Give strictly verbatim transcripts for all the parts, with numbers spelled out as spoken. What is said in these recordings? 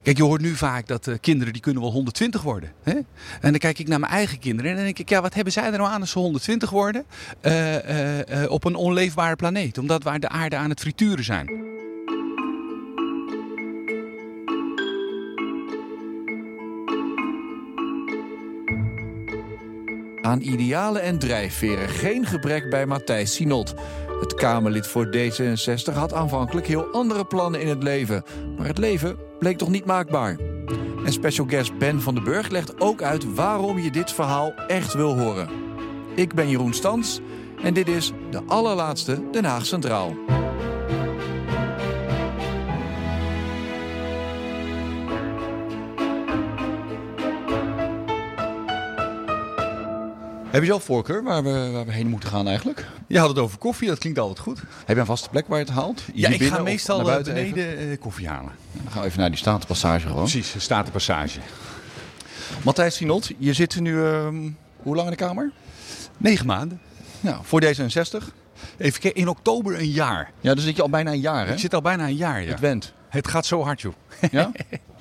Kijk, je hoort nu vaak dat uh, kinderen die kunnen wel honderdtwintig worden. Hè? En dan kijk ik naar mijn eigen kinderen en dan denk ik, ja, wat hebben zij er nou aan als ze honderdtwintig worden uh, uh, uh, op een onleefbare planeet? Omdat wij de aarde aan het frituren zijn. Aan idealen en drijfveren geen gebrek bij Matthijs Sinot. Het Kamerlid voor D zesenzestig had aanvankelijk heel andere plannen in het leven. Maar het leven bleek toch niet maakbaar. En special guest Ben van den Burg legt ook uit waarom je dit verhaal echt wil horen. Ik ben Jeroen Stans en dit is de allerlaatste Den Haag Centraal. Heb je zelf voorkeur waar we, waar we heen moeten gaan eigenlijk? Je had het over koffie, dat klinkt altijd goed. Heb je een vaste plek waar je het haalt? Ja, Hier ik ga meestal beneden even? koffie halen. Dan gaan we even naar die Statenpassage gewoon. Precies, Statenpassage. Matthijs Sinot, je zit nu uh, hoe lang in de Kamer? Negen maanden. Nou, voor D zesenzestig? Even kijken, in oktober een jaar. Ja, dan zit je al bijna een jaar, hè? Ik zit al bijna een jaar, ja. Het went. Het gaat zo hard, joh. Ja?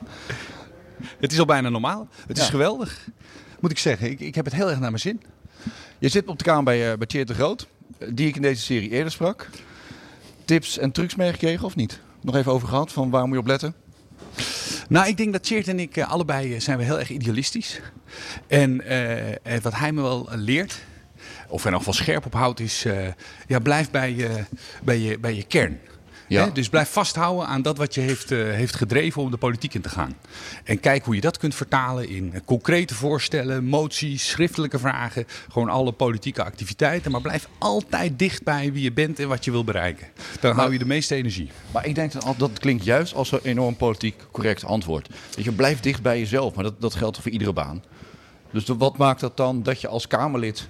Het is al bijna normaal. Het Ja. is geweldig. Moet ik zeggen, ik, ik heb het heel erg naar mijn zin. Je zit op de Kamer bij, uh, bij Tjeerd de Groot, die ik in deze serie eerder sprak. Tips en trucs meegekregen of niet? Nog even over gehad, van waar moet je op letten? Nou, ik denk dat Tjeerd en ik uh, allebei uh, zijn we heel erg idealistisch. En uh, uh, wat hij me wel uh, leert, of er nog wel scherp op houdt, is uh, ja, blijf bij, uh, bij, je, bij je kern. Ja. Hè? Dus blijf vasthouden aan dat wat je heeft, uh, heeft gedreven om de politiek in te gaan. En kijk hoe je dat kunt vertalen in uh, concrete voorstellen, moties, schriftelijke vragen. Gewoon alle politieke activiteiten. Maar blijf altijd dicht bij wie je bent en wat je wil bereiken. Dan Maar- hou je de meeste energie. Maar ik denk dat al- dat klinkt juist als een enorm politiek correct antwoord. Weet je, blijf dicht bij jezelf, maar dat, dat geldt voor iedere baan. Dus de- wat maakt dat dan dat je als Kamerlid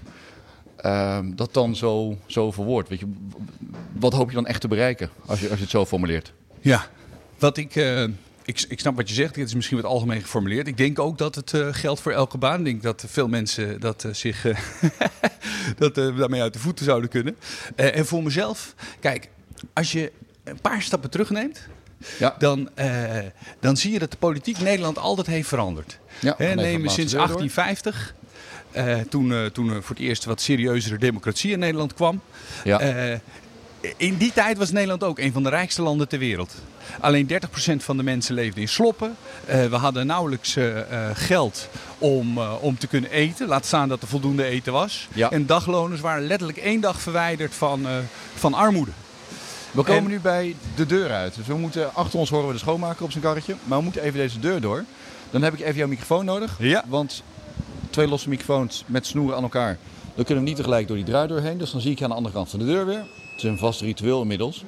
ehm, dat dan zo, zo verwoordt? Weet je, w- wat hoop je dan echt te bereiken als je, als je het zo formuleert? Ja, wat ik, uh, ik, ik snap wat je zegt. Het is misschien wat algemeen geformuleerd. Ik denk ook dat het uh, geldt voor elke baan. Ik denk dat veel mensen dat, uh, zich uh, dat, uh, daarmee uit de voeten zouden kunnen. Uh, en voor mezelf, kijk, als je een paar stappen terugneemt, Ja, dan, uh, dan zie je dat de politiek Nederland altijd heeft veranderd. ja Hè, even de neem laatste sinds deur door. achttien vijftig, uh, toen, uh, toen er voor het eerst wat serieuzere democratie in Nederland kwam. Ja. Uh, in die tijd was Nederland ook een van de rijkste landen ter wereld. Alleen dertig procent van de mensen leefde in sloppen. Uh, we hadden nauwelijks uh, uh, geld om, uh, om te kunnen eten. Laat staan dat er voldoende eten was. Ja. En dagloners waren letterlijk één dag verwijderd van, uh, van armoede. We komen En- nu bij de deur uit. Dus we moeten, achter ons horen we de schoonmaker op zijn karretje. Maar we moeten even deze deur door. Dan heb ik even jouw microfoon nodig. Ja. Want twee losse microfoons met snoeren aan elkaar. Dan kunnen we niet tegelijk door die draaideur heen. Dus dan zie ik je aan de andere kant van de deur weer. Het is een vast ritueel inmiddels.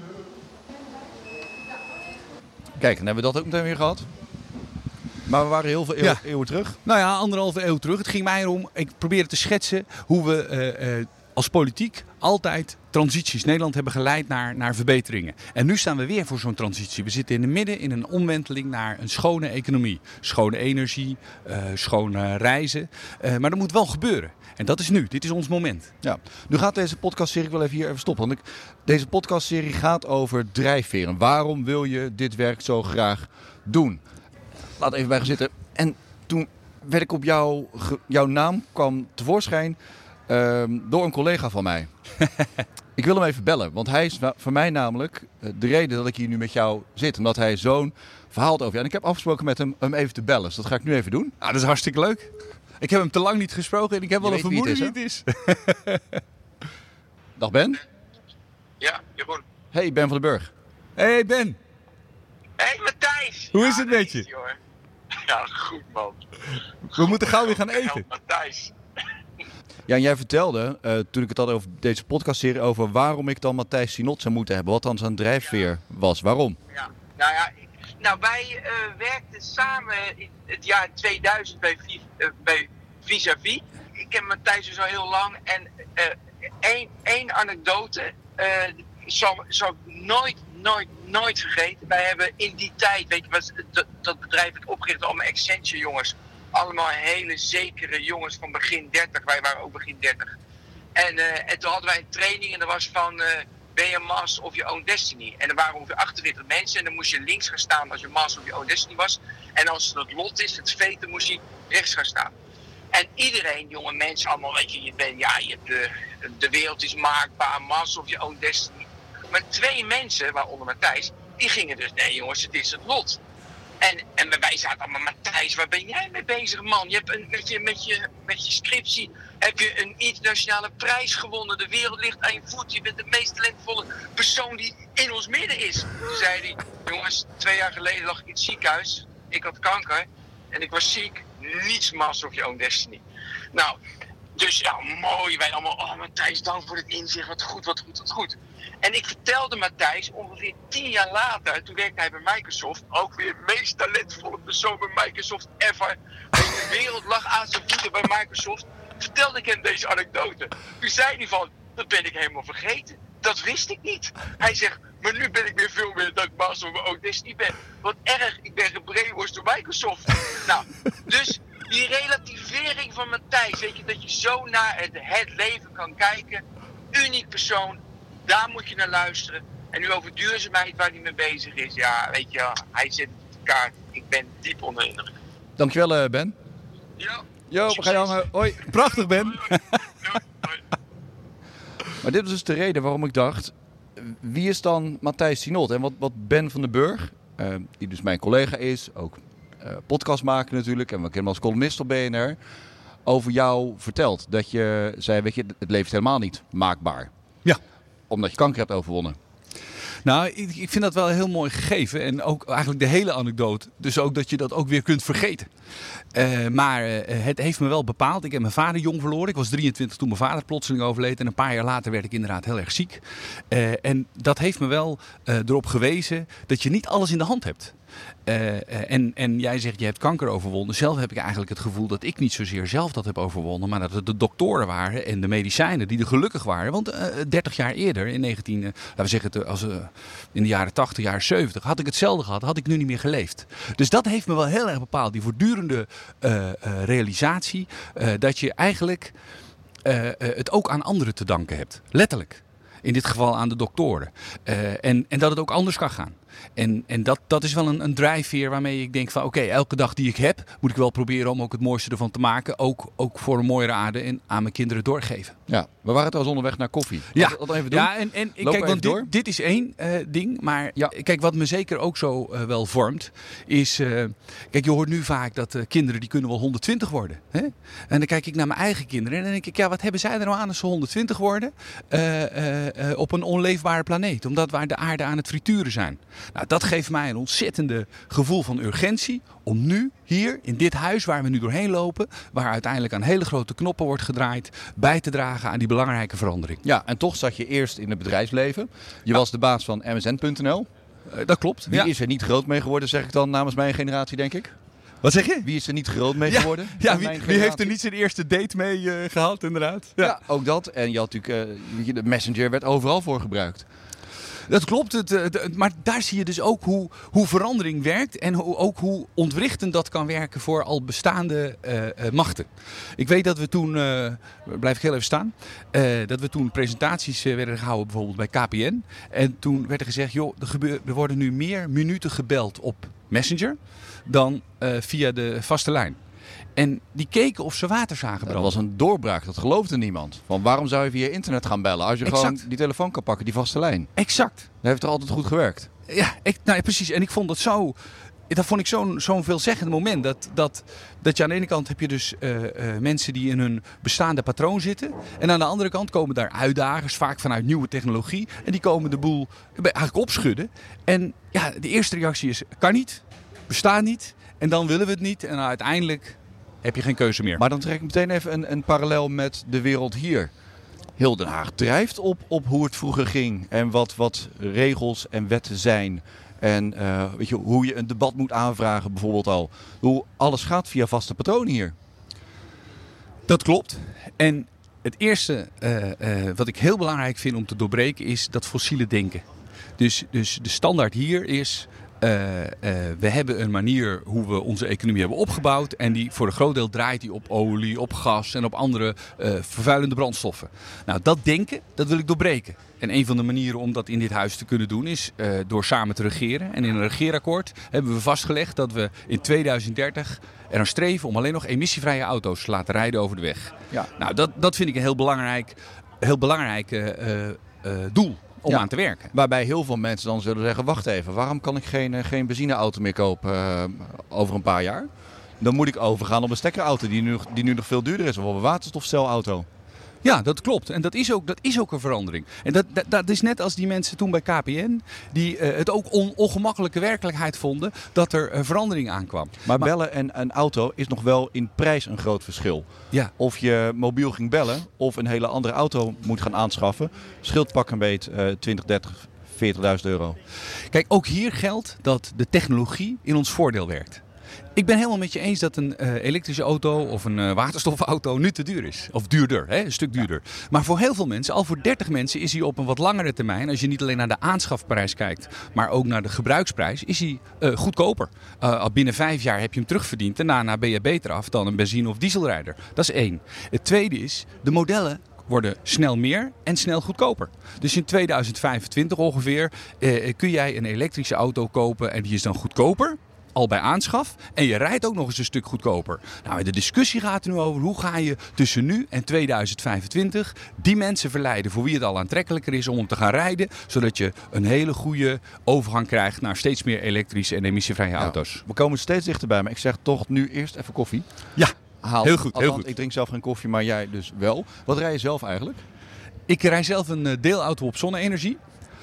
Kijk, dan hebben we dat ook meteen weer gehad. Maar we waren heel veel eeuw- Ja. eeuwen terug. Nou ja, anderhalve eeuw terug. Het ging mij erom, ik probeerde te schetsen hoe we uh, uh, als politiek altijd transities Nederland hebben geleid naar, naar verbeteringen. En nu staan we weer voor zo'n transitie. We zitten in het midden in een omwenteling naar een schone economie. Schone energie, uh, schone reizen. Uh, maar dat moet wel gebeuren. En dat is nu. Dit is ons moment. Ja. Nu gaat deze podcastserie, ik wil even hier even stoppen. Want ik, deze podcastserie gaat over drijfveren. Waarom wil je dit werk zo graag doen? Laat even bij gaan zitten. En toen werd ik op jouw, ge- jouw naam kwam tevoorschijn ehm, door een collega van mij. Ik wil hem even bellen, want hij is wa- voor mij namelijk eh, de reden dat ik hier nu met jou zit. Omdat hij zo'n verhaal had over jou. En ik heb afgesproken met hem hem even te bellen. Dus dat ga ik nu even doen. Nou, dat is hartstikke leuk. Ik heb hem te lang niet gesproken en ik heb Je wel een weet wie vermoeden het wie is, het is. Dag Ben. Ja, Jeroen. Hey, Ben van den Burg. Hey Ben. Hé, hey, Matthijs! Hoe Ja, is het daar met je? hij, hoor. Ja, goed man. We moeten gauw weer gaan eten. Help, Matthijs. Ja, en jij vertelde, uh, toen ik het had over deze podcastserie, over waarom ik dan Matthijs Sinot zou moeten hebben. Wat dan zijn drijfveer was. Waarom? Ja, nou ja, ik- nou wij uh, werkten samen in het jaar tweeduizend bij, Vi- uh, bij Vis-a-Vis. Ik ken Matthijs dus al heel lang en uh, één, één anekdote uh, zal, zal ik nooit, nooit, nooit vergeten. Wij hebben in die tijd, weet je, was dat, dat bedrijf werd opgericht, allemaal Accenture jongens. Allemaal hele zekere jongens van begin dertig. Wij waren ook begin dertig. En, uh, en toen hadden wij een training en dat was van uh, ben je master of your own destiny. En er waren ongeveer achtenveertig mensen en dan moest je links gaan staan als je master of your own destiny was. En als het lot is, het veten, moest hij rechts gaan staan. En iedereen, jonge mensen, allemaal, weet je, je bent, ja, je hebt de, de wereld is maakbaar, Mars of je own destiny. Maar twee mensen, waaronder Matthijs, die gingen dus, nee jongens, het is het lot. En, en wij zaten allemaal, Matthijs, waar ben jij mee bezig, man? Je hebt een, met, je, met, je, met je scriptie heb je een internationale prijs gewonnen. De wereld ligt aan je voet. Je bent de meest talentvolle persoon die in ons midden is. Toen zei hij, jongens, twee jaar geleden lag ik in het ziekenhuis. Ik had kanker en ik was ziek. Niets Master of Your Own Destiny. Nou, dus ja, mooi. Wij allemaal, oh Matthijs, dank voor het inzicht. Wat goed, wat goed, wat goed. En ik vertelde Matthijs, ongeveer tien jaar later, toen werkte hij bij Microsoft, ook weer de meest talentvolle persoon bij Microsoft ever. De wereld lag aan zijn voeten bij Microsoft. Vertelde ik hem deze anekdote. Toen zei hij van, dat ben ik helemaal vergeten. Dat wist ik niet. Hij zegt, maar nu ben ik weer veel meer dat ik Master of My Own Destiny ben. Wat erg, ik ben gebrainwashed door Microsoft. Nou, dus die relativering van Matthijs, weet je, dat je zo naar het, het leven kan kijken. Uniek persoon, daar moet je naar luisteren. En nu over duurzaamheid, waar hij mee bezig is. Ja, weet je, hij zet het op de kaart. Ik ben diep onder de indruk. Dankjewel, Ben. Ja. Jo, we gaan hangen. Hoi. Prachtig, Ben. Maar dit was dus de reden waarom ik dacht, wie is dan Matthijs Sinot? En wat, wat Ben van den Burg, uh, die dus mijn collega is, ook uh, podcast maken natuurlijk, en we kennen hem als columnist op B N R, over jou vertelt. Dat je zei, weet je, het leven is helemaal niet maakbaar. Ja. Omdat je kanker hebt overwonnen. Nou, ik, ik vind dat wel heel mooi gegeven. En ook eigenlijk de hele anekdote. Dus ook dat je dat ook weer kunt vergeten. Uh, maar uh, het heeft me wel bepaald. Ik heb mijn vader jong verloren. Ik was drieëntwintig toen mijn vader plotseling overleed. En een paar jaar later werd ik inderdaad heel erg ziek. Uh, en dat heeft me wel uh, erop gewezen dat je niet alles in de hand hebt. Uh, uh, en, en jij zegt, je hebt kanker overwonnen. Zelf heb ik eigenlijk het gevoel dat ik niet zozeer zelf dat heb overwonnen. Maar dat het de doktoren waren en de medicijnen die er gelukkig waren. Want uh, dertig jaar eerder, in negentien, uh, laten we zeggen als, uh, in de jaren tachtig, jaren zeventig, had ik hetzelfde gehad. Had ik nu niet meer geleefd. Dus dat heeft me wel heel erg bepaald. Die voortdurende uh, uh, realisatie uh, dat je eigenlijk uh, uh, het ook aan anderen te danken hebt. Letterlijk. In dit geval aan de doktoren. Uh, en, en dat het ook anders kan gaan. En, en dat, dat is wel een, een drijfveer waarmee ik denk van oké, okay, elke dag die ik heb, moet ik wel proberen om ook het mooiste ervan te maken. Ook, ook voor een mooiere aarde en aan mijn kinderen doorgeven. Ja, we waren trouwens onderweg naar koffie. Ja, dat, dat even doen. ja en, en kijk, want dit, dit is één uh, ding. Maar ja. Kijk, wat me zeker ook zo uh, wel vormt, is... Uh, kijk, je hoort nu vaak dat uh, kinderen die kunnen wel honderdtwintig worden. Hè? En dan kijk ik naar mijn eigen kinderen en dan denk ik, ja, wat hebben zij er nou aan als ze honderdtwintig worden? Uh, uh, uh, op een onleefbare planeet. Omdat we de aarde aan het frituren zijn. Nou, dat geeft mij een ontzettende gevoel van urgentie om nu, hier, in dit huis waar we nu doorheen lopen, waar uiteindelijk aan hele grote knoppen wordt gedraaid, bij te dragen aan die belangrijke verandering. Ja, en toch zat je eerst in het bedrijfsleven. Je ja. was de baas van M S N punt N L. Uh, dat klopt. Wie ja. is er niet groot mee geworden, zeg ik dan namens mijn generatie, denk ik? Wat zeg je? Wie is er niet groot mee geworden? Ja, ja wie, wie heeft er niet zijn eerste date mee uh, gehad, inderdaad? Ja. ja, ook dat. En je had natuurlijk, uh, de Messenger werd overal voor gebruikt. Dat klopt, het, het, maar daar zie je dus ook hoe, hoe verandering werkt en hoe, ook hoe ontwrichtend dat kan werken voor al bestaande uh, uh, machten. Ik weet dat we toen, uh, blijf ik heel even staan, uh, dat we toen presentaties uh, werden gehouden bijvoorbeeld bij K P N. En toen werd er gezegd, joh, er, gebeur, er worden nu meer minuten gebeld op Messenger dan uh, via de vaste lijn. En die keken of ze water zagen branden. Dat was een doorbraak, dat geloofde niemand. Van waarom zou je via internet gaan bellen als je exact. gewoon die telefoon kan pakken, die vaste lijn? Exact. Dat heeft toch altijd goed gewerkt? Ja, ik, nou, precies. En ik vond dat zo... Dat vond ik zo'n, zo'n veelzeggend moment. Dat, dat, dat je aan de ene kant heb je dus uh, uh, mensen die in hun bestaande patroon zitten. En aan de andere kant komen daar uitdagers, vaak vanuit nieuwe technologie. En die komen de boel eigenlijk opschudden. En ja, de eerste reactie is, kan niet, bestaat niet. En dan willen we het niet. En uiteindelijk heb je geen keuze meer. Maar dan trek ik meteen even een, een parallel met de wereld hier. Heel Den Haag drijft op, op hoe het vroeger ging. En wat, wat regels en wetten zijn. En uh, weet je, hoe je een debat moet aanvragen bijvoorbeeld al. Hoe alles gaat via vaste patronen hier. Dat klopt. En het eerste uh, uh, wat ik heel belangrijk vind om te doorbreken is dat fossiele denken. Dus, dus de standaard hier is Uh, uh, we hebben een manier hoe we onze economie hebben opgebouwd. En die voor een groot deel draait die op olie, op gas en op andere uh, vervuilende brandstoffen. Nou, dat denken, dat wil ik doorbreken. En een van de manieren om dat in dit huis te kunnen doen is uh, door samen te regeren. En in een regeerakkoord hebben we vastgelegd dat we in tweeduizend dertig er aan streven om alleen nog emissievrije auto's te laten rijden over de weg. Ja. Nou, dat, dat vind ik een heel belangrijk, heel belangrijk uh, uh, doel. Om ja, aan te werken. Waarbij heel veel mensen dan zullen zeggen, wacht even, waarom kan ik geen, geen benzineauto meer kopen uh, over een paar jaar? Dan moet ik overgaan op een stekkerauto die nu, die nu nog veel duurder is. Of op een waterstofcelauto. Ja, dat klopt. En dat is ook, dat is ook een verandering. En dat, dat, dat is net als die mensen toen bij K P N, die uh, het ook on, ongemakkelijke werkelijkheid vonden dat er een verandering aankwam. Maar, maar bellen en een auto is nog wel in prijs een groot verschil. Ja. Of je mobiel ging bellen of een hele andere auto moet gaan aanschaffen, scheelt pak een beet uh, twintig, dertig, veertigduizend euro. Kijk, ook hier geldt dat de technologie in ons voordeel werkt. Ik ben helemaal met je eens dat een uh, elektrische auto of een uh, waterstofauto nu te duur is. Of duurder, hè? Een stuk duurder. Ja. Maar voor heel veel mensen, al voor dertig mensen, is hij op een wat langere termijn, als je niet alleen naar de aanschafprijs kijkt, maar ook naar de gebruiksprijs, is hij uh, goedkoper. Uh, al binnen vijf jaar heb je hem terugverdiend en daarna ben je beter af dan een benzine- of dieselrijder. Dat is één. Het tweede is, de modellen worden snel meer en snel goedkoper. Dus in tweeduizend vijfentwintig ongeveer uh, kun jij een elektrische auto kopen en die is dan goedkoper. Al bij aanschaf. En je rijdt ook nog eens een stuk goedkoper. Nou, de discussie gaat er nu over hoe ga je tussen nu en tweeduizend vijfentwintig die mensen verleiden voor wie het al aantrekkelijker is om om te gaan rijden. Zodat je een hele goede overgang krijgt naar steeds meer elektrische en emissievrije auto's. Ja, we komen steeds dichterbij, maar ik zeg toch nu eerst even koffie. Ja, Haal. heel goed. Heel Althans, goed. Ik drink zelf geen koffie, maar jij dus wel. Wat rij je zelf eigenlijk? Ik rij zelf een deelauto op zonne-energie.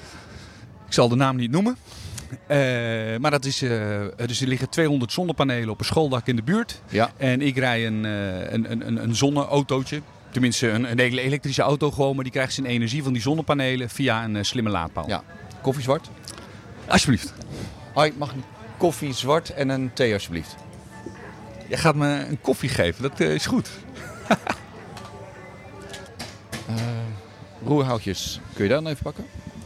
Ik zal de naam niet noemen. Uh, maar dat is, uh, dus er liggen tweehonderd zonnepanelen op een schooldak in de buurt. Ja. En ik rij een, uh, een, een, een zonneautootje. Tenminste een, een hele elektrische auto gewoon. Maar die krijgt zijn energie van die zonnepanelen via een uh, slimme laadpaal. Ja. Koffie zwart? Alsjeblieft. Hoi, mag een koffie zwart en een thee alsjeblieft? Jij gaat me een koffie geven, dat uh, is goed. uh, roerhoutjes, kun je daar dan even pakken?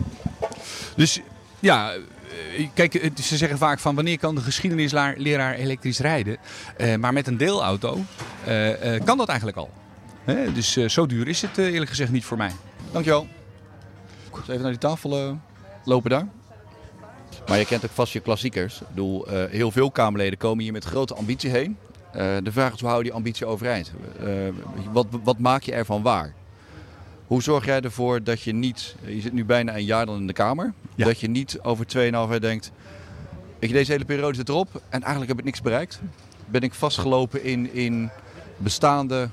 Dus ja... Kijk, ze zeggen vaak van wanneer kan de geschiedenisleraar elektrisch rijden. Uh, maar met een deelauto uh, uh, kan dat eigenlijk al. Hè? Dus uh, zo duur is het uh, eerlijk gezegd niet voor mij. Dankjewel. Dus even naar die tafel uh, lopen daar. Maar je kent ook vast je klassiekers. Ik bedoel, uh, heel veel Kamerleden komen hier met grote ambitie heen. Uh, de vraag is, hoe hou je die ambitie overeind? Uh, wat, wat maak je ervan waar? Hoe zorg jij ervoor dat je niet, je zit nu bijna een jaar dan in de Kamer, ja. dat je niet over tweeënhalf jaar denkt, weet je, deze hele periode zit erop en eigenlijk heb ik niks bereikt. Ben ik vastgelopen in, in bestaande,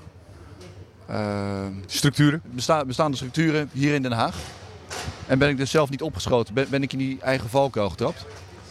uh, structuren. Besta, bestaande structuren hier in Den Haag. En ben ik dus zelf niet opgeschoten? Ben, ben ik in die eigen valkuil getrapt?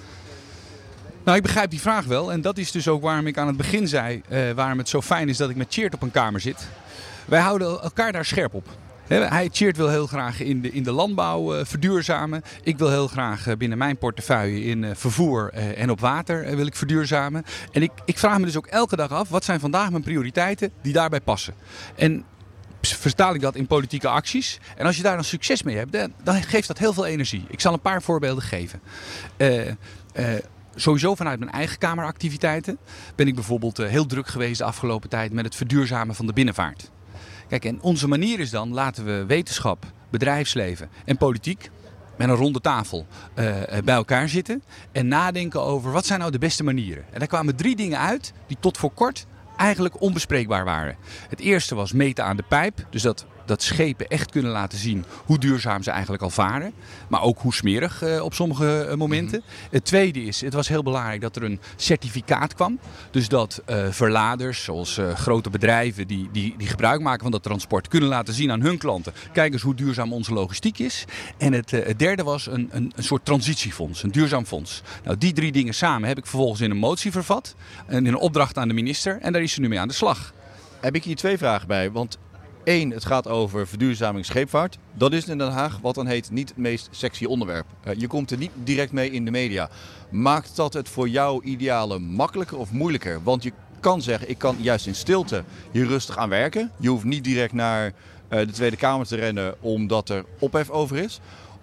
Nou, ik begrijp die vraag wel. En dat is dus ook waarom ik aan het begin zei, uh, waarom het zo fijn is dat ik met Tjeerd op een kamer zit. Wij houden elkaar daar scherp op. Hij, Tjeerd, wil heel graag in de, in de landbouw uh, verduurzamen. Ik wil heel graag uh, binnen mijn portefeuille in uh, vervoer uh, en op water uh, wil ik verduurzamen. En ik, ik vraag me dus ook elke dag af, wat zijn vandaag mijn prioriteiten die daarbij passen? En vertaal ik dat in politieke acties. En als je daar dan succes mee hebt, dan, dan geeft dat heel veel energie. Ik zal een paar voorbeelden geven. Uh, uh, Sowieso vanuit mijn eigen kameractiviteiten ben ik bijvoorbeeld uh, heel druk geweest de afgelopen tijd met het verduurzamen van de binnenvaart. Kijk, en onze manier is dan, laten we wetenschap, bedrijfsleven en politiek met een ronde tafel uh, bij elkaar zitten en nadenken over wat zijn nou de beste manieren. En daar kwamen drie dingen uit die tot voor kort eigenlijk onbespreekbaar waren. Het eerste was meten aan de pijp, dus dat, dat schepen echt kunnen laten zien hoe duurzaam ze eigenlijk al varen. Maar ook hoe smerig uh, op sommige uh, momenten. Mm-hmm. Het tweede is, het was heel belangrijk dat er een certificaat kwam. Dus dat uh, verladers, zoals uh, grote bedrijven die, die, die gebruik maken van dat transport, kunnen laten zien aan hun klanten. Kijk eens hoe duurzaam onze logistiek is. En het, uh, het derde was een, een, een soort transitiefonds, een duurzaam fonds. Nou, die drie dingen samen heb ik vervolgens in een motie vervat. En in een opdracht aan de minister. En daar is ze nu mee aan de slag. Heb ik hier twee vragen bij, want Eén, het gaat over verduurzaming scheepvaart. Dat is in Den Haag wat dan heet niet het meest sexy onderwerp. Uh, je komt er niet direct mee in de media. Maakt dat het voor jou idealen makkelijker of moeilijker? Want je kan zeggen, ik kan juist in stilte hier rustig aan werken. Je hoeft niet direct naar uh, de Tweede Kamer te rennen omdat er ophef over is.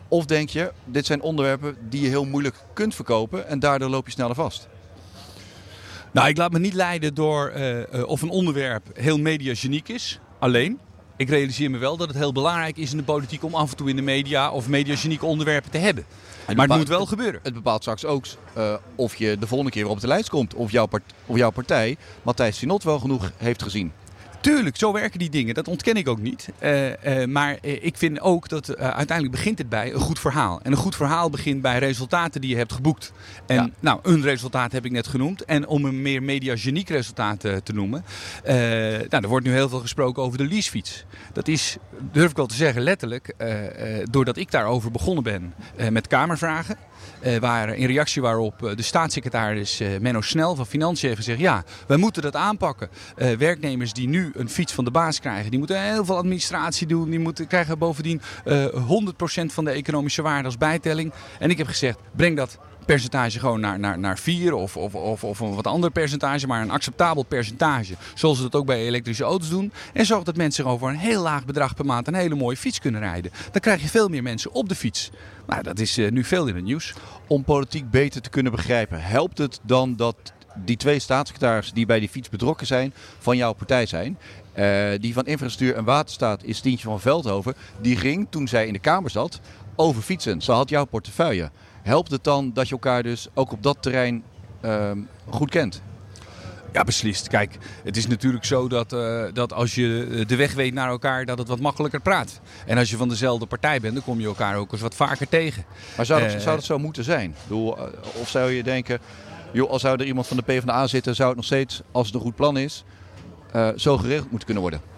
Of denk je, dit zijn onderwerpen die je heel moeilijk kunt verkopen en daardoor loop je sneller vast? Nou, ik laat me niet leiden door uh, uh, of een onderwerp heel mediageniek is, alleen. Ik realiseer me wel dat het heel belangrijk is in de politiek om af en toe in de media of mediagenieke onderwerpen te hebben. Maar het moet wel gebeuren. Het bepaalt straks ook uh, of je de volgende keer weer op de lijst komt. Of jouw, part- of jouw partij Matthijs Sinot wel genoeg heeft gezien. Tuurlijk, zo werken die dingen. Dat ontken ik ook niet. Uh, uh, maar uh, ik vind ook dat uh, uiteindelijk begint het bij een goed verhaal. En een goed verhaal begint bij resultaten die je hebt geboekt. En ja. nou, een resultaat heb ik net genoemd. En om een meer mediageniek resultaat uh, te noemen. Uh, nou, er wordt nu heel veel gesproken over de leasefiets. Dat is, durf ik wel te zeggen, letterlijk. Uh, uh, doordat ik daarover begonnen ben uh, met Kamervragen. Uh, waar, in reactie waarop uh, de staatssecretaris uh, Menno Snel van Financiën heeft gezegd... ja, wij moeten dat aanpakken. Uh, werknemers die nu een fiets van de baas krijgen... die moeten heel veel administratie doen. Die moeten, krijgen bovendien uh, honderd procent van de economische waarde als bijtelling. En ik heb gezegd, breng dat percentage gewoon naar, naar, naar vier of, of, of, of een wat ander percentage, maar een acceptabel percentage. Zoals ze dat ook bij elektrische auto's doen. En zorg dat mensen over een heel laag bedrag per maand een hele mooie fiets kunnen rijden. Dan krijg je veel meer mensen op de fiets. Nou, dat is uh, nu veel in het nieuws. Om politiek beter te kunnen begrijpen, helpt het dan dat die twee staatssecretarissen die bij die fiets betrokken zijn, van jouw partij zijn? Uh, die van Infrastructuur en Waterstaat is Tientje van Veldhoven. Die ging, toen zij in de Kamer zat, over fietsen. Ze had jouw portefeuille. Helpt het dan dat je elkaar dus ook op dat terrein uh, goed kent? Ja, beslist. Kijk, het is natuurlijk zo dat, uh, dat als je de weg weet naar elkaar, dat het wat makkelijker praat. En als je van dezelfde partij bent, dan kom je elkaar ook eens wat vaker tegen. Maar zou dat, uh, zou dat zo moeten zijn? Ik bedoel, of zou je denken, joh, als zou er iemand van de PvdA zitten, zou het nog steeds, als het een goed plan is, uh, zo geregeld moeten kunnen worden?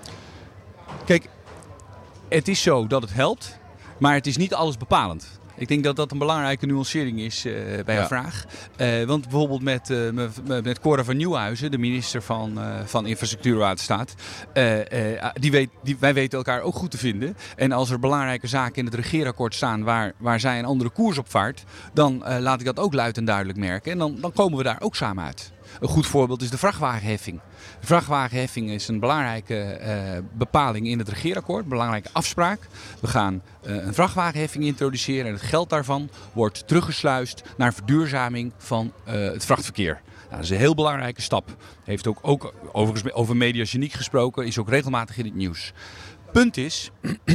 Kijk, het is zo dat het helpt, maar het is niet alles bepalend. Ik denk dat dat een belangrijke nuancering is uh, bij ja. jouw vraag. Uh, want bijvoorbeeld met, uh, met Cora van Nieuwhuizen, de minister van, uh, van Infrastructuur en Waterstaat. Uh, uh, die weet, die, wij weten elkaar ook goed te vinden. En als er belangrijke zaken in het regeerakkoord staan waar, waar zij een andere koers op vaart, dan uh, laat ik dat ook luid en duidelijk merken. En dan, dan komen we daar ook samen uit. Een goed voorbeeld is de vrachtwagenheffing. De vrachtwagenheffing is een belangrijke uh, bepaling in het regeerakkoord, een belangrijke afspraak. We gaan uh, een vrachtwagenheffing introduceren en het geld daarvan wordt teruggesluist naar verduurzaming van uh, het vrachtverkeer. Nou, dat is een heel belangrijke stap. Heeft ook, ook overigens over mediageniek gesproken, is ook regelmatig in het nieuws. Punt is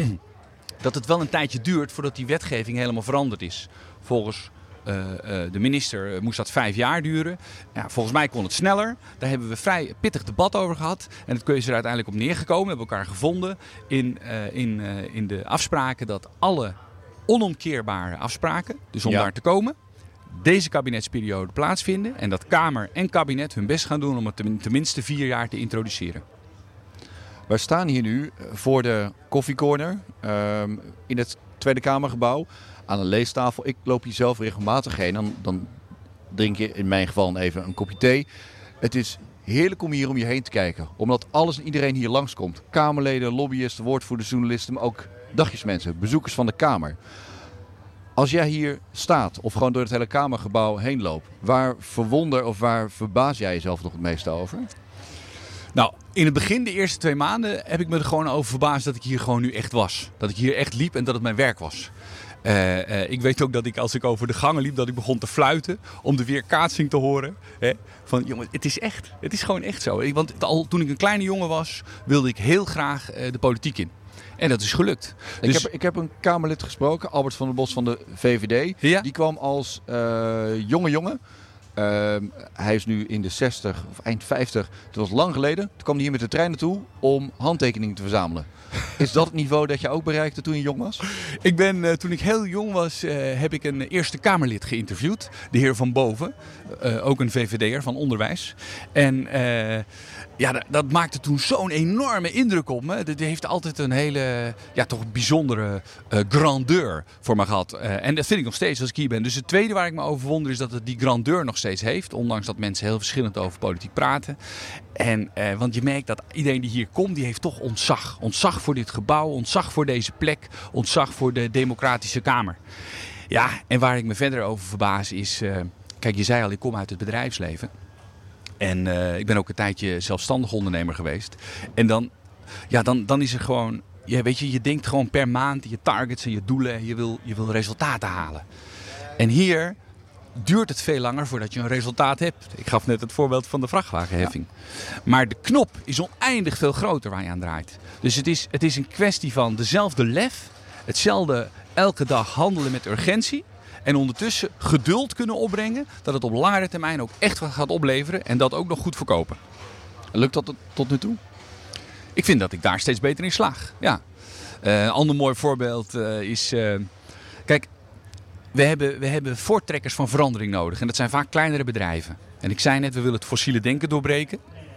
dat het wel een tijdje duurt voordat die wetgeving helemaal veranderd is. Volgens Uh, uh, de minister uh, moest dat vijf jaar duren. Ja, volgens mij kon het sneller. Daar hebben we vrij pittig debat over gehad. En het is er uiteindelijk op neergekomen. We hebben elkaar gevonden in, uh, in, uh, in de afspraken dat alle onomkeerbare afspraken, dus om ja. daar te komen, deze kabinetsperiode plaatsvinden. En dat Kamer en kabinet hun best gaan doen om het tenminste vier jaar te introduceren. Wij staan hier nu voor de koffiecorner uh, in het Tweede Kamergebouw. Aan een leestafel. Ik loop hier zelf regelmatig heen. Dan, dan drink je in mijn geval even een kopje thee. Het is heerlijk om hier om je heen te kijken. Omdat alles en iedereen hier langskomt. Kamerleden, lobbyisten, woordvoerders, journalisten. Maar ook dagjesmensen, bezoekers van de Kamer. Als jij hier staat of gewoon door het hele Kamergebouw heen loopt. Waar verwonder of waar verbaas jij jezelf nog het meest over? Nou, in het begin, de eerste twee maanden, heb ik me er gewoon over verbaasd dat ik hier gewoon nu echt was. Dat ik hier echt liep en dat het mijn werk was. Uh, uh, ik weet ook dat ik als ik over de gangen liep, dat ik begon te fluiten om de weerkaatsing te horen. Hè? Van jongen, het is echt. Het is gewoon echt zo. Ik, want al toen ik een kleine jongen was, wilde ik heel graag uh, de politiek in. En dat is gelukt. Ik, Dus... heb, ik heb een Kamerlid gesproken, Albert van der Bos van de V V D. Ja? Die kwam als uh, jonge jongen. Uh, hij is nu in de zestig of eind vijftig. Dat was lang geleden. Toen kwam hij hier met de trein naartoe om handtekeningen te verzamelen. Is dat het niveau dat je ook bereikte toen je jong was? Ik ben, uh, toen ik heel jong was, uh, heb ik een Eerste Kamerlid geïnterviewd. De heer Van Boven. Uh, ook een V V D'er van onderwijs. En uh, ja, dat, dat maakte toen zo'n enorme indruk op me. Dat heeft altijd een hele, ja, toch bijzondere uh, grandeur voor me gehad. Uh, en dat vind ik nog steeds als ik hier ben. Dus het tweede waar ik me over wonder is dat het die grandeur nog steeds heeft. Ondanks dat mensen heel verschillend over politiek praten. En, uh, want je merkt dat iedereen die hier komt, die heeft toch ontzag. Ontzag voor dit gebouw, ontzag voor deze plek, ontzag voor de Democratische Kamer. Ja, en waar ik me verder over verbaas is... Uh, kijk, je zei al, ik kom uit het bedrijfsleven. En uh, ik ben ook een tijdje zelfstandig ondernemer geweest. En dan, ja, dan, dan is er gewoon... je, weet je, je denkt gewoon per maand je targets en je doelen en je wil, je wil resultaten halen. En hier duurt het veel langer voordat je een resultaat hebt. Ik gaf net het voorbeeld van de vrachtwagenheffing. Ja. Maar de knop is oneindig veel groter waar je aan draait. Dus het is, het is een kwestie van dezelfde lef, hetzelfde elke dag handelen met urgentie. En ondertussen geduld kunnen opbrengen dat het op langere termijn ook echt wat gaat opleveren en dat ook nog goed verkopen. Lukt dat tot nu toe? Ik vind dat ik daar steeds beter in slaag. Ja. Uh, een ander mooi voorbeeld uh, is... Uh, kijk, we hebben, we hebben voortrekkers van verandering nodig. En dat zijn vaak kleinere bedrijven. En ik zei net, we willen het fossiele denken doorbreken.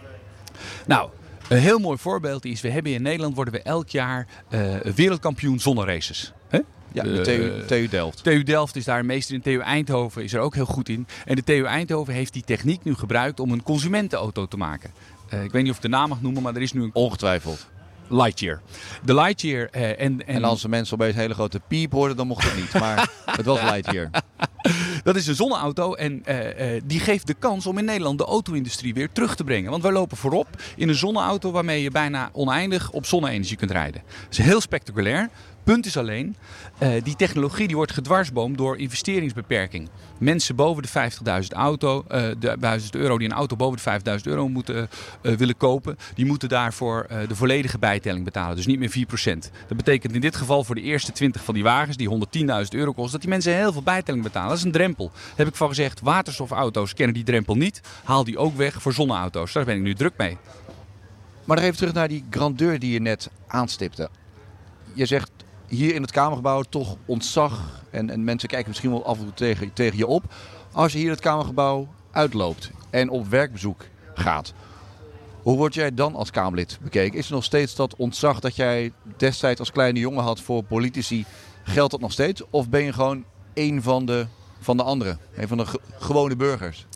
Nou, een heel mooi voorbeeld is... we hebben in Nederland worden we elk jaar uh, wereldkampioen zonneraces. Hè? Ja, de T U, T U Delft. T U Delft is daar een meester in. T U Eindhoven is er ook heel goed in. En de T U Eindhoven heeft die techniek nu gebruikt om een consumentenauto te maken. Uh, ik weet niet of ik de naam mag noemen, maar er is nu een... Ongetwijfeld. Lightyear. De Lightyear uh, en, en... En als de mensen opeens een hele grote piep hoorden, dan mocht het niet. Maar het was Lightyear. Dat is een zonneauto en uh, uh, die geeft de kans om in Nederland de auto-industrie weer terug te brengen. Want wij lopen voorop in een zonneauto waarmee je bijna oneindig op zonne-energie kunt rijden. Dat is heel spectaculair. Punt is alleen, uh, die technologie die wordt gedwarsboomd door investeringsbeperking. Mensen boven de vijftigduizend auto, uh, de duizend euro die een auto boven de vijftigduizend euro moeten uh, willen kopen, die moeten daarvoor uh, de volledige bijtelling betalen. Dus niet meer vier procent. Dat betekent in dit geval voor de eerste twintig van die wagens, die honderdtienduizend euro kosten, dat die mensen heel veel bijtelling betalen. Dat is een drempel. Daar heb ik van gezegd, waterstofauto's kennen die drempel niet. Haal die ook weg voor zonneauto's. Daar ben ik nu druk mee. Maar nog even terug naar die grandeur die je net aanstipte. Je zegt hier in het Kamergebouw toch ontzag. En, en mensen kijken misschien wel af en toe tegen, tegen je op. Als je hier het Kamergebouw uitloopt en op werkbezoek gaat. Hoe word jij dan als Kamerlid bekeken? Is er nog steeds dat ontzag dat jij destijds als kleine jongen had voor politici? Geldt dat nog steeds? Of ben je gewoon één van de, van de anderen? Een van de ge- gewone burgers?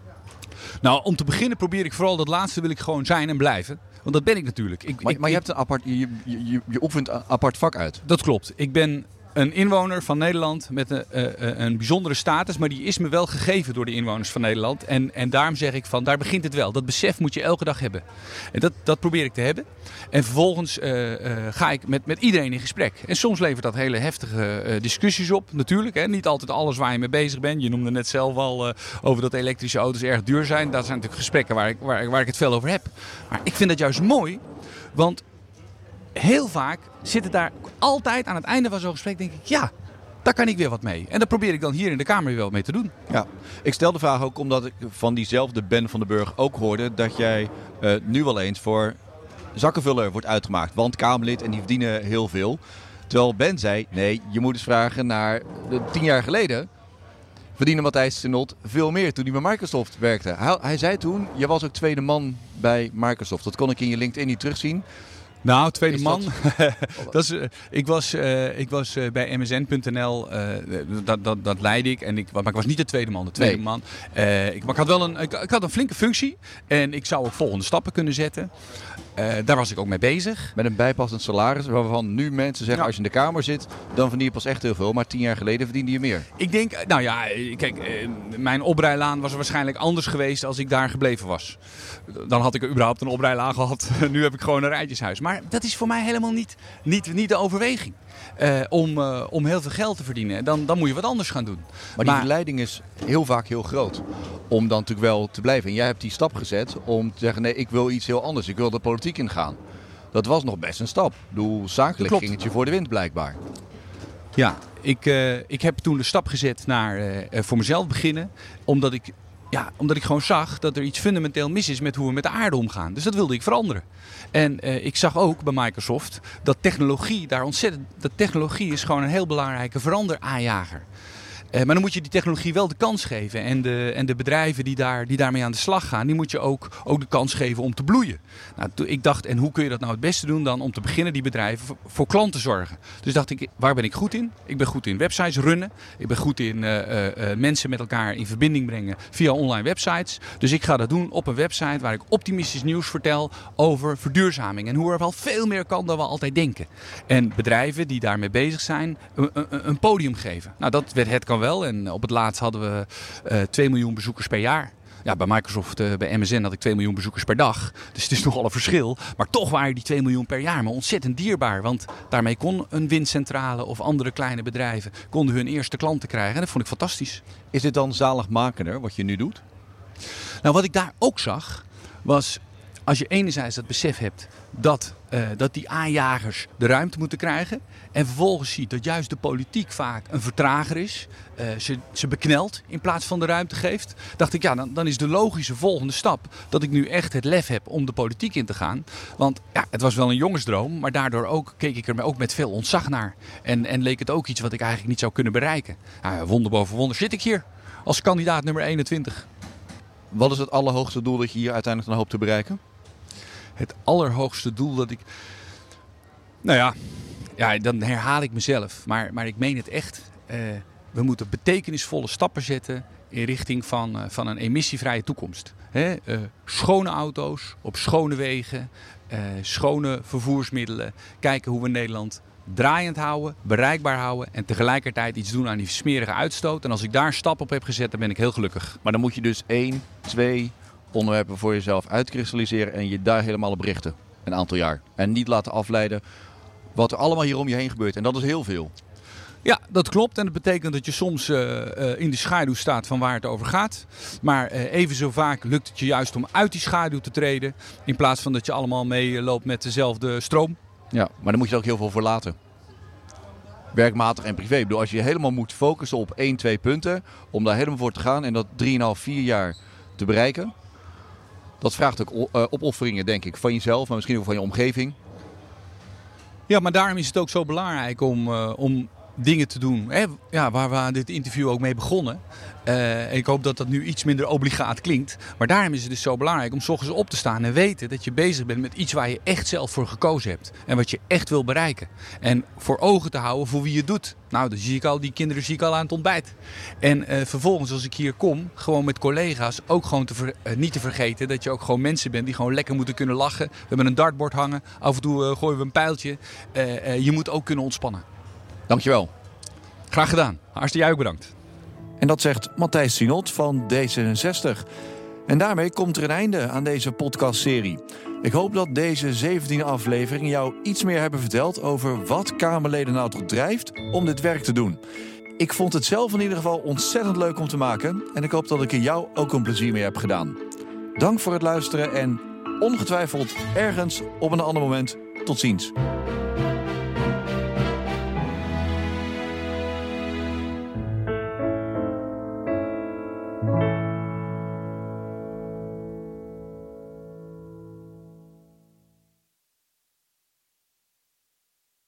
Nou, om te beginnen probeer ik vooral dat laatste wil ik gewoon zijn en blijven. Want dat ben ik natuurlijk. Ik, maar, ik, maar je, ik, hebt een apart, je, je, je, je oefent een apart vak uit. Dat klopt. Ik ben een inwoner van Nederland met een, uh, een bijzondere status. Maar die is me wel gegeven door de inwoners van Nederland. En, en daarom zeg ik van, daar begint het wel. Dat besef moet je elke dag hebben. En dat, dat probeer ik te hebben. En vervolgens uh, uh, ga ik met, met iedereen in gesprek. En soms levert dat hele heftige uh, discussies op. Natuurlijk. Hè. Niet altijd alles waar je mee bezig bent. Je noemde net zelf al uh, over dat elektrische auto's erg duur zijn. Dat zijn natuurlijk gesprekken waar ik, waar, waar ik het veel over heb. Maar ik vind dat juist mooi. Want heel vaak zit het daar altijd aan het einde van zo'n gesprek, denk ik, ja, daar kan ik weer wat mee. En dat probeer ik dan hier in de Kamer weer wat mee te doen. Ja, ik stel de vraag ook omdat ik van diezelfde Ben van den Burg ook hoorde dat jij uh, nu wel eens voor zakkenvuller wordt uitgemaakt. Want Kamerlid en die verdienen heel veel. Terwijl Ben zei, nee, je moet eens vragen naar uh, tien jaar geleden verdiende Matthijs Sinot veel meer toen hij bij Microsoft werkte. Hij, hij zei toen, je was ook tweede man bij Microsoft. Dat kon ik in je LinkedIn niet terugzien. Nou, tweede Is man. dat... dat is, uh, ik was, uh, ik was uh, bij M S N punt N L, uh, dat, dat, dat leidde ik. En ik. Maar ik was niet de tweede man. De tweede nee. man. Uh, ik, maar ik had wel een, ik, ik had een flinke functie. En ik zou ook volgende stappen kunnen zetten. Uh, daar was ik ook mee bezig. Met een bijpassend salaris waarvan nu mensen zeggen, ja, als je in de Kamer zit, dan verdien je pas echt heel veel. Maar tien jaar geleden verdiende je meer. Ik denk, nou ja, kijk, uh, mijn oprijlaan was waarschijnlijk anders geweest als ik daar gebleven was. Dan had ik er überhaupt een oprijlaan gehad. Nu heb ik gewoon een rijtjeshuis. Maar dat is voor mij helemaal niet, niet, niet de overweging. Uh, om, uh, om heel veel geld te verdienen. Dan, dan moet je wat anders gaan doen. Maar die maar... verleiding is heel vaak heel groot. Om dan natuurlijk wel te blijven. En jij hebt die stap gezet om te zeggen, nee, ik wil iets heel anders. Ik wil de politiek ingaan. Dat was nog best een stap. Ik bedoel, zakelijk ging het je voor de wind blijkbaar. Ja, ik, uh, ik heb toen de stap gezet naar uh, voor mezelf beginnen. Omdat ik... Ja, omdat ik gewoon zag dat er iets fundamenteel mis is met hoe we met de aarde omgaan. Dus dat wilde ik veranderen. En uh, ik zag ook bij Microsoft dat technologie daar ontzettend... Dat technologie is gewoon een heel belangrijke veranderaanjager. Uh, maar dan moet je die technologie wel de kans geven. En de, en de bedrijven die, daar, die daarmee aan de slag gaan, die moet je ook, ook de kans geven om te bloeien. Nou, toen, ik dacht, en hoe kun je dat nou het beste doen dan om te beginnen die bedrijven voor, voor klanten zorgen. Dus dacht ik, waar ben ik goed in? Ik ben goed in websites runnen. Ik ben goed in uh, uh, mensen met elkaar in verbinding brengen via online websites. Dus ik ga dat doen op een website waar ik optimistisch nieuws vertel over verduurzaming. En hoe er wel veel meer kan dan we altijd denken. En bedrijven die daarmee bezig zijn, een, een, een podium geven. Nou, dat werd het kan wel. En op het laatst hadden we uh, twee miljoen bezoekers per jaar. Ja, bij Microsoft, uh, bij M S N had ik twee miljoen bezoekers per dag. Dus het is nogal een verschil. Maar toch waren die twee miljoen per jaar maar ontzettend dierbaar. Want daarmee kon een windcentrale of andere kleine bedrijven konden hun eerste klanten krijgen. En dat vond ik fantastisch. Is dit dan zaligmakender wat je nu doet? Nou, wat ik daar ook zag, was als je enerzijds het besef hebt dat, uh, dat die aanjagers de ruimte moeten krijgen. En vervolgens ziet dat juist de politiek vaak een vertrager is. Uh, ze, ze beknelt in plaats van de ruimte geeft. Dacht ik, ja, dan, dan is de logische volgende stap dat ik nu echt het lef heb om de politiek in te gaan. Want ja, het was wel een jongensdroom, maar daardoor ook, keek ik er ook met veel ontzag naar. En, en leek het ook iets wat ik eigenlijk niet zou kunnen bereiken. Nou, wonder boven wonder zit ik hier als kandidaat nummer eenentwintig. Wat is het allerhoogste doel dat je hier uiteindelijk dan hoopt te bereiken? Het allerhoogste doel dat ik... Nou ja, ja dan herhaal ik mezelf. Maar, maar ik meen het echt. Uh, we moeten betekenisvolle stappen zetten in richting van, uh, van een emissievrije toekomst. Hè? Uh, schone auto's op schone wegen, uh, schone vervoersmiddelen. Kijken hoe we Nederland draaiend houden, bereikbaar houden en tegelijkertijd iets doen aan die smerige uitstoot. En als ik daar een stap op heb gezet, dan ben ik heel gelukkig. Maar dan moet je dus één, twee onderwerpen voor jezelf uitkristalliseren en je daar helemaal op richten. Een aantal jaar. En niet laten afleiden wat er allemaal hier om je heen gebeurt. En dat is heel veel. Ja, dat klopt. En dat betekent dat je soms uh, uh, in de schaduw staat van waar het over gaat. Maar uh, even zo vaak lukt het je juist om uit die schaduw te treden. In plaats van dat je allemaal meeloopt met dezelfde stroom. Ja, maar dan moet je er ook heel veel voor laten. Werkmatig en privé. Ik bedoel, als je helemaal moet focussen op één, twee punten. Om daar helemaal voor te gaan en dat drieënhalf, vier jaar te bereiken. Dat vraagt ook uh, opofferingen, denk ik. Van jezelf, maar misschien ook van je omgeving. Ja, maar daarom is het ook zo belangrijk om, uh, om dingen te doen. Hè? Ja, waar we aan dit interview ook mee begonnen. Uh, ik hoop dat dat nu iets minder obligaat klinkt. Maar daarom is het dus zo belangrijk om 's ochtends op te staan en weten dat je bezig bent met iets waar je echt zelf voor gekozen hebt. En wat je echt wil bereiken. En voor ogen te houden voor wie je het doet. Nou, dan zie ik al, die kinderen zie ik al aan het ontbijt. En uh, vervolgens als ik hier kom, gewoon met collega's, ook gewoon te ver, uh, niet te vergeten dat je ook gewoon mensen bent die gewoon lekker moeten kunnen lachen. We hebben een dartbord hangen, af en toe uh, gooien we een pijltje. Uh, uh, je moet ook kunnen ontspannen. Dankjewel. Graag gedaan. Hartstikke jij ook bedankt. En dat zegt Matthijs Sinot van D zesenzestig. En daarmee komt er een einde aan deze podcastserie. Ik hoop dat deze zeventiende aflevering jou iets meer hebben verteld over wat Kamerleden nou toch drijft om dit werk te doen. Ik vond het zelf in ieder geval ontzettend leuk om te maken. En ik hoop dat ik er jou ook een plezier mee heb gedaan. Dank voor het luisteren en ongetwijfeld ergens op een ander moment tot ziens. Thank you.